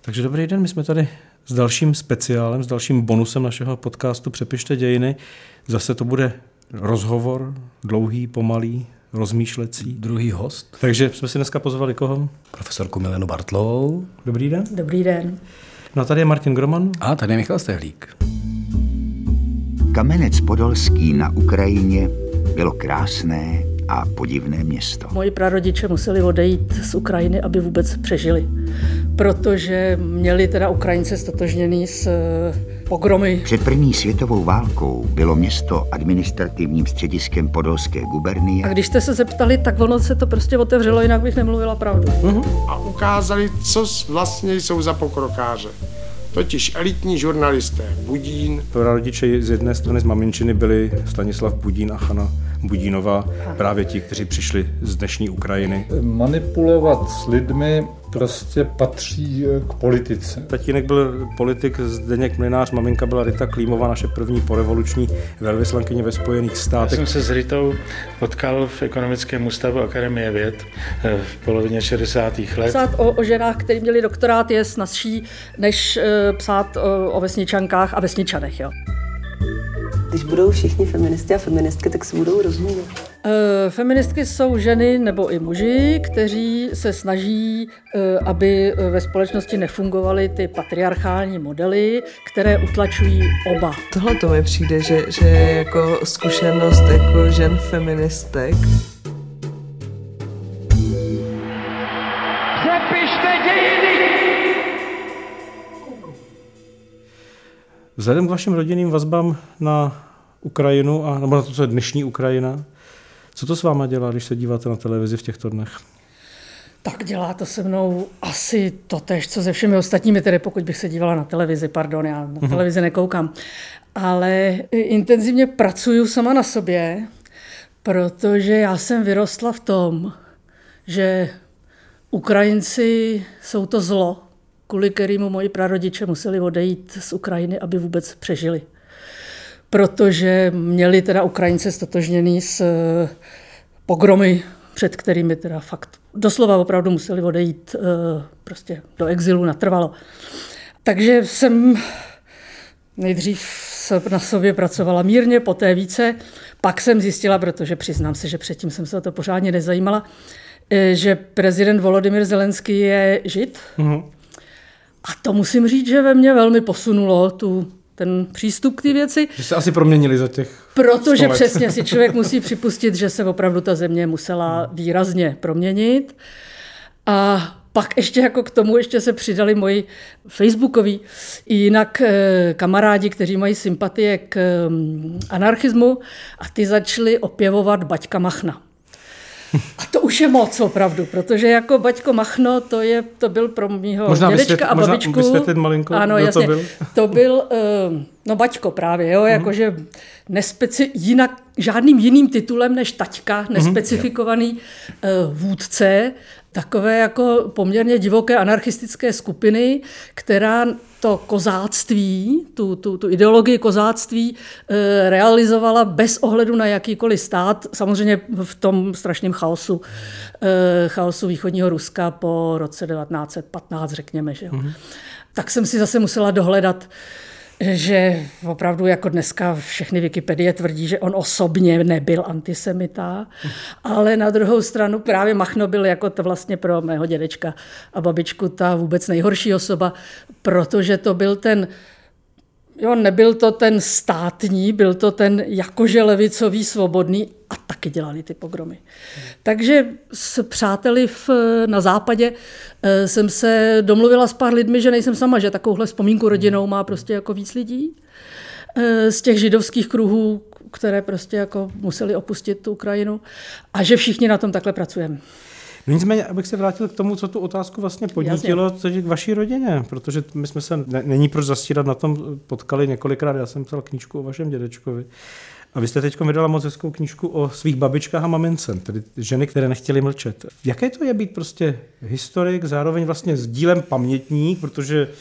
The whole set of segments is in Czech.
Takže dobrý den, my jsme tady s dalším speciálem, s dalším bonusem našeho podcastu Přepište dějiny. Zase to bude rozhovor, dlouhý, pomalý, rozmýšlecí. Druhý host. Takže jsme si dneska pozvali koho? Profesorku Milenu Bartlovou. Dobrý den. Dobrý den. No a tady je Martin Groman. A tady je Michal Stehlík. Kamenec Podolský na Ukrajině bylo krásné a podivné město. Moji prarodiče museli odejít z Ukrajiny, aby vůbec přežili, protože měli teda Ukrajince stotožněný s pogromy. Před první světovou válkou bylo město administrativním střediskem Podolské gubernie. A když jste se zeptali, tak ono se to prostě otevřelo, jinak bych nemluvila pravdu. A ukázali, co vlastně jsou za pokrokáře. Totiž elitní žurnalisté Budín. Prarodiče z jedné strany z maminčiny byli Stanislav Budín a Hana Budínová, právě ti, kteří přišli z dnešní Ukrajiny. Manipulovat s lidmi prostě patří k politice. Tatínek byl politik Zdeněk Mlynář, maminka byla Rita Klímová, naše první porevoluční velvyslankyně ve Spojených státech. Já jsem se s Ritou potkal v ekonomickém ústavu Akademie věd v polovině 60. let. Psát o ženách, které měli doktorát, je snazší, než psát o vesničankách a vesničanech. Jo. Když budou všichni feministi a feministky, tak si budou rozumět. Feministky jsou ženy nebo i muži, kteří se snaží, aby ve společnosti nefungovaly ty patriarchální modely, které utlačují oba. Tohle to mi přijde, že je jako zkušenost jako žen feministek. Přepište dějiny! Vzhledem k vašim rodinným vazbám na Ukrajinu, a nebo na to, co je dnešní Ukrajina, co to s váma dělá, když se díváte na televizi v těchto dnech? Tak dělá to se mnou asi totéž, co se všemi ostatními, tedy pokud bych se dívala na televizi, já na televizi nekoukám. Ale intenzivně pracuju sama na sobě, protože já jsem vyrostla v tom, že Ukrajinci jsou to zlo, kvůli kterému moji prarodiče museli odejít z Ukrajiny, aby vůbec přežili. Protože měli teda Ukrajince stotožněný s pogromy, před kterými teda fakt doslova opravdu museli odejít prostě do exilu natrvalo. Takže jsem nejdřív na sobě pracovala mírně, poté více, pak jsem zjistila, protože přiznám se, že předtím jsem se o to pořádně nezajímala, že prezident Volodymyr Zelenský je Žid. A to musím říct, že ve mně velmi posunulo ten přístup k té věci. Že se asi proměnili za těch 100 Protože let. přesně si člověk musí připustit, že se opravdu ta země musela výrazně proměnit. A pak ještě jako k tomu ještě se přidali moji facebookoví i jinak kamarádi, kteří mají sympatie k anarchismu a ty začali opěvovat Baťka Machna. A to už je moc opravdu, protože jako Baťko Machno, to byl pro mýho dědečka a babičku. Možná vysvětlit malinko, ano, kdo jasně, to byl? To byl, Baťko právě, jo, jakože jinak žádným jiným titulem než taťka, nespecifikovaný vůdce, takové jako poměrně divoké anarchistické skupiny, která to kozáctví, tu ideologii kozáctví realizovala bez ohledu na jakýkoliv stát, samozřejmě v tom strašném chaosu východního Ruska po roce 1915, řekněme. Že jo. Tak jsem si zase musela dohledat, že opravdu jako dneska všechny Wikipedie tvrdí, že on osobně nebyl antisemita, ale na druhou stranu právě Machno byl jako to vlastně pro mého dědečka a babičku ta vůbec nejhorší osoba, protože to byl nebyl to ten státní, byl to ten jakože levicový, svobodný a taky dělali ty pogromy. Takže s přáteli na západě jsem se domluvila s pár lidmi, že nejsem sama, že takovouhle vzpomínku rodinou má prostě jako víc lidí z těch židovských kruhů, které prostě jako museli opustit tu Ukrajinu a že všichni na tom takhle pracujeme. No nicméně, abych se vrátil k tomu, co tu otázku vlastně podnítilo, což je k vaší rodině, protože my jsme se, není proč zastírat, na tom potkali několikrát, já jsem psal knížku o vašem dědečkovi. A vy jste teď vydala moc hezkou knížku o svých babičkách a mamince, tedy ženy, které nechtěly mlčet. Jaké to je být prostě historik, zároveň vlastně s dílem pamětník, protože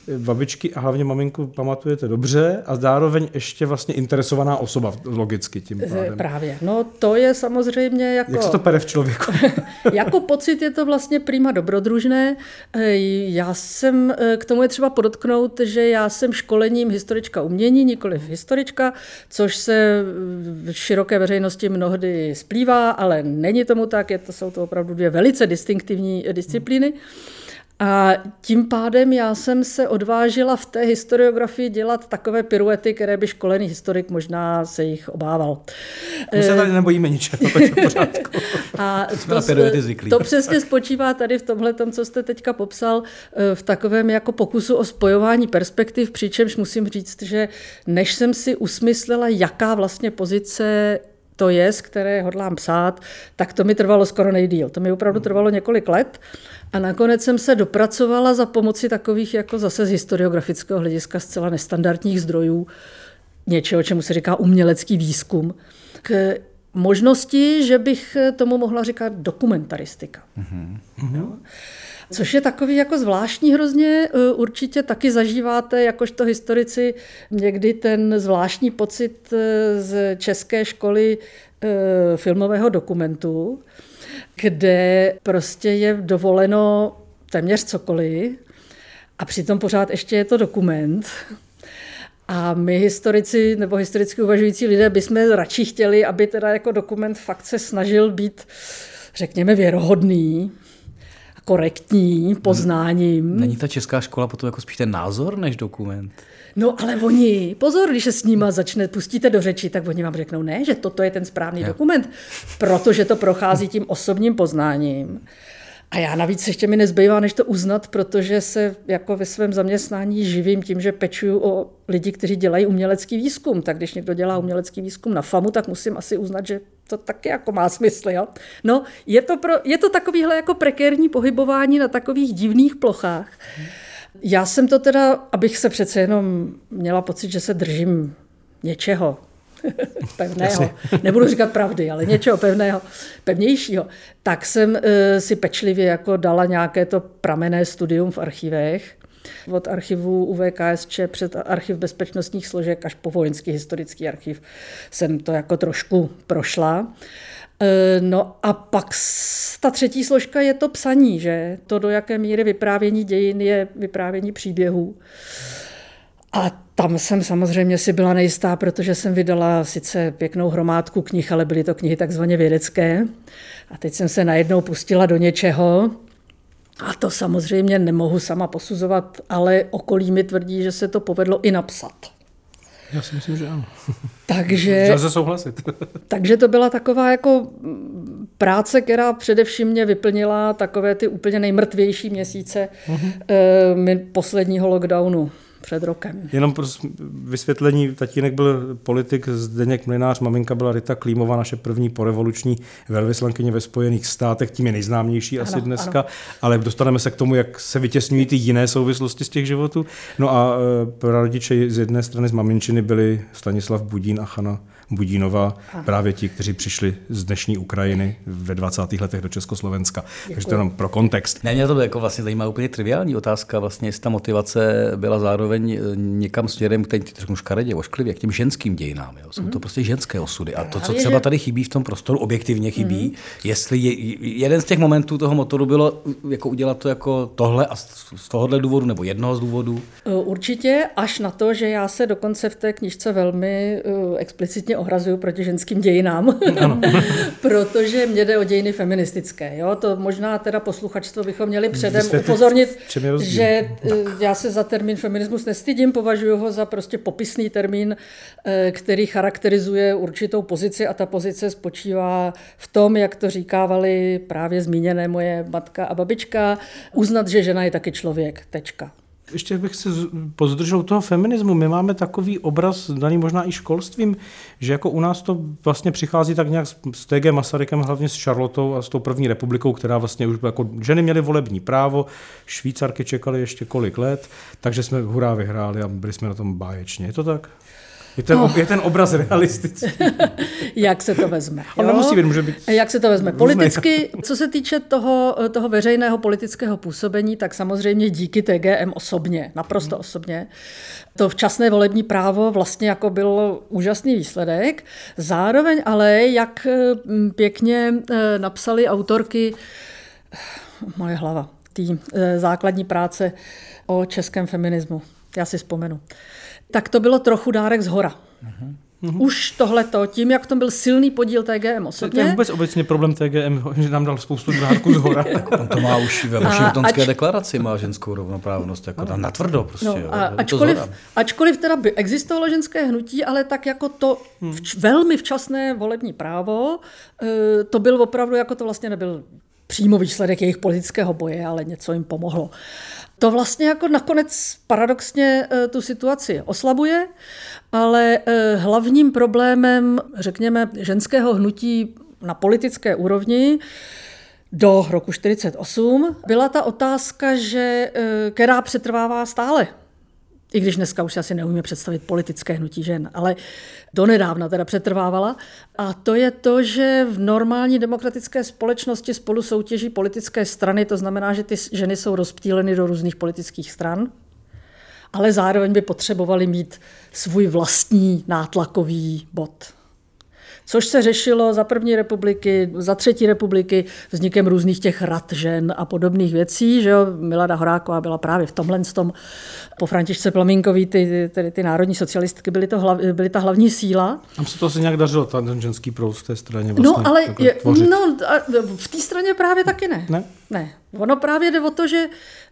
babičky a hlavně maminku pamatujete dobře a zároveň ještě vlastně interesovaná osoba logicky tím pádem. Právě. No to je samozřejmě jako... Jak se to pere v člověku? Jako pocit je to vlastně prima dobrodružné. Já jsem, k tomu je třeba podotknout, že já jsem školením historička umění, nikoliv historička, což se v široké veřejnosti mnohdy splývá, ale není tomu tak, jsou to opravdu dvě velice distinktivní disciplíny. A tím pádem já jsem se odvážila v té historiografii dělat takové piruety, které by školený historik možná se jich obával. My se tady nebojíme ničeho, to je v pořádku. A to přesně spočívá tady v tomhletom, co jste teďka popsal, v takovém jako pokusu o spojování perspektiv, přičemž musím říct, že než jsem si usmyslela, jaká vlastně pozice to je, z které hodlám psát, tak to mi trvalo skoro nejdýl. To mi opravdu trvalo několik let a nakonec jsem se dopracovala za pomoci takových jako zase z historiografického hlediska zcela nestandardních zdrojů, něčeho, čemu se říká umělecký výzkum, k možnosti, že bych tomu mohla říkat dokumentaristika. Mm-hmm. Což je takový jako zvláštní hrozně, určitě taky zažíváte jakožto historici někdy ten zvláštní pocit z české školy filmového dokumentu, kde prostě je dovoleno téměř cokoliv a přitom pořád ještě je to dokument. A my historici nebo historicky uvažující lidé bychom radši chtěli, aby teda jako dokument fakt se snažil být, řekněme, věrohodný, korektní, poznáním. Není ta česká škola potom jako spíš ten názor než dokument? No ale oni, pozor, když se s nima pustíte do řeči, tak oni vám řeknou, ne, že toto je ten správný dokument, protože to prochází tím osobním poznáním. A já navíc ještě mi nezbývá, než to uznat, protože se jako ve svém zaměstnání živím tím, že pečuju o lidi, kteří dělají umělecký výzkum. Tak když někdo dělá umělecký výzkum na FAMu, tak musím asi uznat, že to taky jako má smysl. Jo? No, je to takovýhle jako prekérní pohybování na takových divných plochách. Já jsem to teda, abych se přece jenom měla pocit, že se držím něčeho pevného, nebudu říkat pravdy, ale něčeho pevnějšího, tak jsem si pečlivě jako dala nějaké to pramenné studium v archivech, od archivu UVKSČ před archiv bezpečnostních složek až po vojenský historický archiv jsem to jako trošku prošla. No a pak ta třetí složka je to psaní, že to, do jaké míry vyprávění dějin je vyprávění příběhů. A tam jsem samozřejmě si byla nejistá, protože jsem vydala sice pěknou hromádku knih, ale byly to knihy takzvaně vědecké. A teď jsem se najednou pustila do něčeho. A to samozřejmě nemohu sama posuzovat, ale okolí mi tvrdí, že se to povedlo i napsat. Já si myslím, že ano. Takže, lze souhlasit. Takže to byla taková jako práce, která především mě vyplnila takové ty úplně nejmrtvější měsíce posledního lockdownu před rokem. Jenom pro vysvětlení, tatínek byl politik Zdeněk Mlynář, maminka byla Rita Klímová, naše první porevoluční velvyslankyně ve Spojených státech, tím je nejznámější asi dneska, ale dostaneme se k tomu, jak se vytěsňují ty jiné souvislosti z těch životů. No a prarodiče z jedné strany z maminčiny byli Stanislav Budín a Chana Budínová, právě ti, kteří přišli z dnešní Ukrajiny ve 20. letech do Československa. Děkuji. Takže to jenom pro kontext. Ne, mě to jako vlastně zajímá úplně triviální otázka, vlastně jestli ta motivace byla zároveň někam směrem k těm škaredě, ošklivě, k těm ženským dějinám. Jo. Jsou to prostě ženské osudy. A to, co třeba tady chybí v tom prostoru, objektivně chybí, jestli jeden z těch momentů toho motoru bylo jako udělat to jako tohle a z tohohle důvodu, nebo jednoho z důvodů? Určitě, až na to, že já se dokonce v té knížce velmi explicitně ohrazuju proti ženským dějinám, protože mě jde o dějiny feministické. Jo? To možná teda posluchačstvo bychom měli předem upozornit, že já se za termín feminismus nestydím, považuji ho za prostě popisný termín, který charakterizuje určitou pozici a ta pozice spočívá v tom, jak to říkávaly právě zmíněné moje matka a babička, uznat, že žena je taky člověk, tečka. Ještě bych se pozdržel toho feminismu. My máme takový obraz, daný možná i školstvím, že jako u nás to vlastně přichází tak nějak s T.G. Masarykem, hlavně s Charlotou a s tou první republikou, která vlastně už jako ženy měly volební právo, Švýcarky čekaly ještě kolik let, takže jsme hurá vyhráli a byli jsme na tom báječně. Je to tak? Je ten obraz realistický. Jak se to vezme. On nemusí být, může být. Jak se to vezme. Politicky, co se týče toho veřejného politického působení, tak samozřejmě díky TGM osobně, naprosto osobně, to včasné volební právo vlastně jako byl úžasný výsledek. Zároveň ale, jak pěkně napsali autorky, moje hlava, té základní práce o českém feminismu, já si vzpomenu, tak to bylo trochu dárek zhora. Už tohleto, tím, jak to byl silný podíl TGM osobně. To je vůbec obecně problém TGM, že nám dal spoustu dárků zhora. On to má už ve Washingtonské deklaraci, má ženskou rovnoprávnost, jako tam natvrdo prostě. No, ačkoliv teda by existovalo ženské hnutí, ale tak jako to velmi včasné volební právo, to byl opravdu, jako to vlastně nebyl přímo výsledek jejich politického boje, ale něco jim pomohlo. To vlastně jako nakonec paradoxně tu situaci oslabuje, ale hlavním problémem, řekněme, ženského hnutí na politické úrovni do roku 1948 byla ta otázka, která přetrvává stále. I když dneska už si asi neumíme představit politické hnutí žen, ale donedávna teda přetrvávala. A to je to, že v normální demokratické společnosti spolu soutěží politické strany, to znamená, že ty ženy jsou rozptýleny do různých politických stran, ale zároveň by potřebovaly mít svůj vlastní nátlakový bod. Což se řešilo za první republiky, za třetí republiky, vznikem různých těch rad žen a podobných věcí. Že jo? Milada Horáková byla právě v tomhle tom, po Františce Plamínkový, ty národní socialistky byly ta hlavní síla. Tam se to asi nějak dařilo, ten ženský proud v té straně vlastně. No, ale v té straně právě taky ne. Ne. Ono právě jde o to, že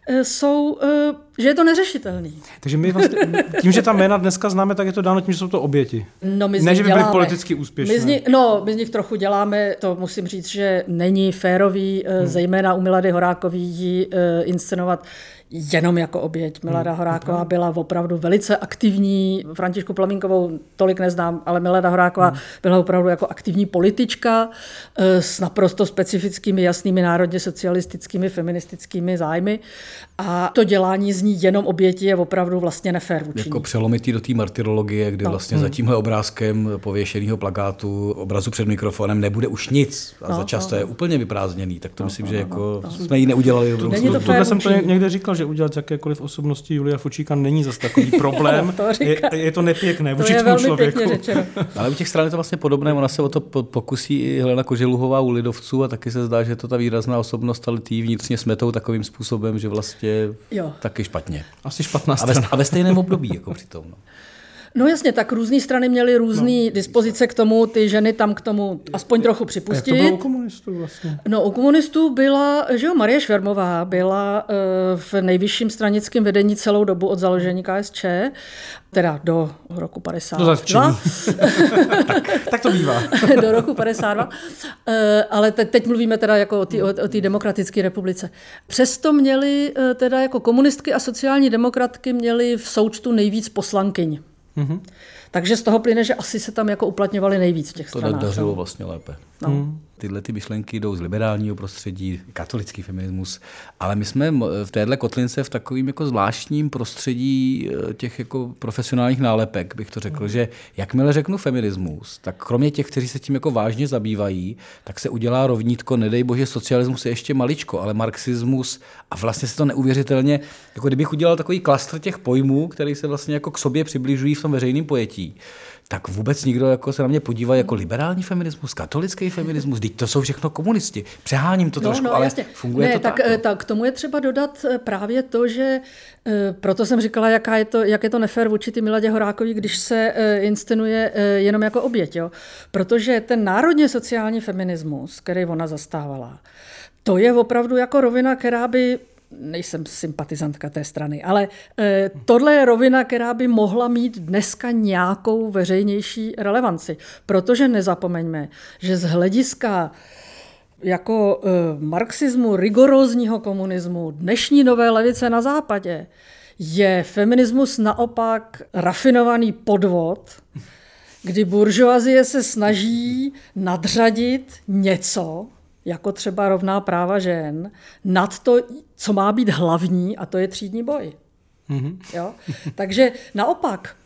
je to neřešitelný. Takže my vlastně, tím, že ta jména dneska známe, tak je to dáno tím, že jsou to oběti. No, ne, že by byly politicky úspěšné. My z nich trochu děláme, to musím říct, že není férový, zejména u Milady Horákové ji inscenovat jenom jako oběť. Milada Horáková byla opravdu velice aktivní. Františku Plamínkovou tolik neznám, ale Milada Horáková byla opravdu jako aktivní politička s naprosto specifickými, jasnými národně socialistickými, feministickými zájmy. A to dělání z ní jenom oběti je opravdu vlastně nefér vůči. Jako přelomitý do té martyrologie, kdy vlastně za tímhle obrázkem pověšeného plakátu, obrazu před mikrofonem nebude už nic. A za čas to je úplně vyprázdněný. Tak to myslím, že jako jsme ji neudělali. Tohle jsem to někde říkal, že udělat jakékoliv osobnosti Julia Fučíka není zas takový problém. Je to nepěkné vůči tomu člověku. Ale u těch stran je to vlastně podobné, ona se o to pokusí i Helena Koželuhová u lidovců a taky se zdá, že to ta výrazná osobnost, ale ty vnitřně smetou takovým způsobem, že vlastně taky špatně. Asi špatná strana. A ve stejném období jako přitom. No jasně, tak různé strany měly různé dispozice k tomu, ty ženy tam k tomu aspoň trochu připustit. Jak to bylo u komunistů vlastně? No u komunistů byla, že jo, Marie Švermová byla v nejvyšším stranickém vedení celou dobu od založení KSČ, teda do roku 52. tak to bývá. Do roku 52. Ale teď mluvíme teda jako o té demokratické republice. Přesto měli teda jako komunistky a sociální demokratky měli v součtu nejvíc poslankyň. Mm-hmm. Takže z toho plyne, že asi se tam jako uplatňovali nejvíc v těch stranách. To dařilo vlastně lépe. No. Tyhle ty myšlenky jdou z liberálního prostředí, katolický feminismus, ale my jsme v téhle kotlince v takovým jako zvláštním prostředí těch jako profesionálních nálepek, bych to řekl, že jakmile řeknu feminismus, tak kromě těch, kteří se tím jako vážně zabývají, tak se udělá rovnítko, nedej bože, socialismus je ještě maličko, ale marxismus a vlastně se to neuvěřitelně, jako kdybych udělal takový klastr těch pojmů, který se vlastně jako k sobě přibližují v tom veřejném pojetí, tak vůbec nikdo jako se na mě podívá jako liberální feminismus, katolický feminismus, teď to jsou všechno komunisti. Přeháním to trošku, ale jasně. Funguje to tak. Tak k tomu je třeba dodat právě to, že proto jsem říkala, jak je to nefér vůči ty Miladě Horákový, když se inscenuje jenom jako oběť. Jo? Protože ten národně sociální feminismus, který ona zastávala, to je opravdu jako rovina, která by nejsem sympatizantka té strany, ale tohle je rovina, která by mohla mít dneska nějakou veřejnější relevanci. Protože nezapomeňme, že z hlediska jako marxismu, rigorózního komunismu, dnešní nové levice na západě, je feminismus naopak rafinovaný podvod, kdy buržoazie se snaží nadřadit něco, jako třeba rovná práva žen, nad to, co má být hlavní, a to je třídní boj. Mm-hmm. Jo? Takže naopak,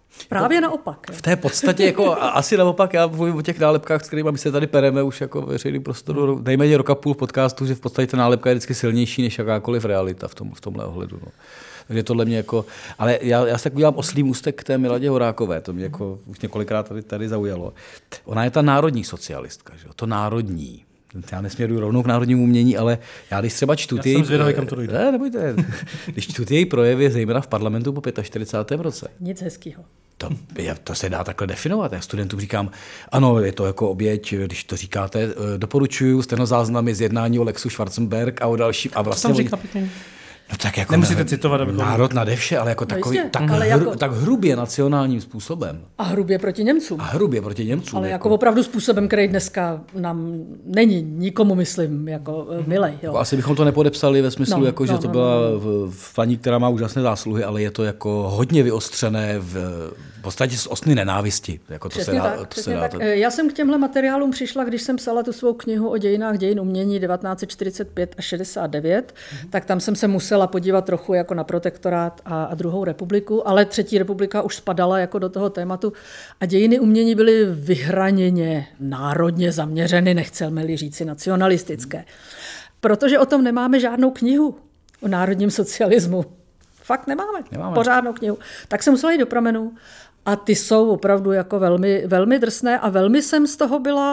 Právě naopak. V té podstatě jako asi naopak, já mluvím o těch nálepkách, s kterými my se tady pereme už jako veřejný prostoru, nejméně roka půl v podcastu, že v podstatě ta nálepka je vždycky silnější než jakákoliv realita v tomhle ohledu. No. Takže tohle mě jako, ale já se tak udělám oslý můstek k té Miladě Horákové, to mě jako už několikrát tady zaujalo. Ona je ta národní socialistka, že? To národní. Já nesměruji rovnou k národnímu umění, ale já když třeba čtu ty... Já jsem zvědavý, kam to dojde. Ne, nebojte. Když čtu ty její projevy, zejména v parlamentu po 45. roce. Nic hezkýho. To se dá takhle definovat. Já studentům říkám, ano, je to jako oběť, když to říkáte, doporučuju stenozáznamy z jednání o Lexu Schwarzenberg a o dalším. A vlastně co tam říká pěkně? No tak jako nemusíte citovat, abychom... Národ nade vše, ale jako takový, jistě, tak hrubě nacionálním způsobem. A hrubě proti Němcům. Ale jako opravdu způsobem, který dneska nám není nikomu, myslím, jako milej. Jo. Asi bychom to nepodepsali ve smyslu, že to byla paní, která má úžasné zásluhy, ale je to jako hodně vyostřené v podstatě z ostny nenávisti. Jako to se dá. Já jsem k těmhle materiálům přišla, když jsem psala tu svou knihu o dějinách dějin umění 1945 až 69, tak tam jsem se musela podívat trochu jako na protektorát a druhou republiku, ale třetí republika už spadala jako do toho tématu a dějiny umění byly vyhraněně národně zaměřeny, nechceme-li říci nacionalistické. Protože o tom nemáme žádnou knihu o národním socialismu. Fakt nemáme. Pořádnou knihu. Tak jsem musela jít do pramenů a ty jsou opravdu jako velmi, velmi drsné a velmi jsem z toho byla,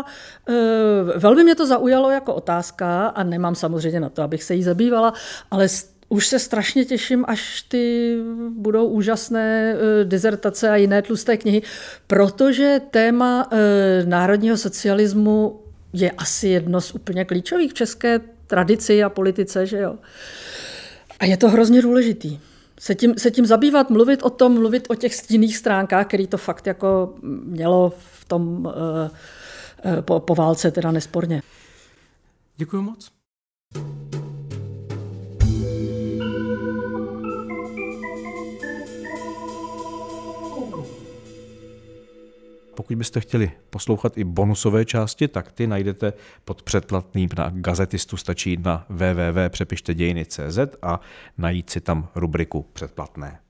velmi mě to zaujalo jako otázka a nemám samozřejmě na to, abych se jí zabývala, ale už se strašně těším, až ty budou úžasné dizertace a jiné tlusté knihy, protože téma národního socialismu je asi jedno z úplně klíčových v české tradici a politice, že jo. A je to hrozně důležitý. Se tím zabývat, mluvit o tom, mluvit o těch stinných stránkách, který to fakt jako mělo v tom po válce teda nesporně. Děkuji moc. Pokud byste chtěli poslouchat i bonusové části, tak ty najdete pod předplatným na Gazetistu, stačí jít na www.přepištedějiny.cz a najít si tam rubriku předplatné.